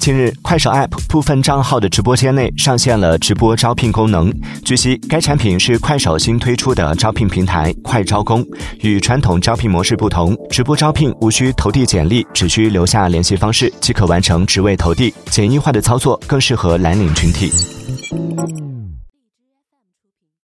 近日，快手 App 部分账号的直播间内上线了直播招聘功能。据悉，该产品是快手新推出的招聘平台快招工，与传统招聘模式不同，直播招聘无需投递简历，只需留下联系方式即可完成职位投递，简易化的操作更适合蓝领群体。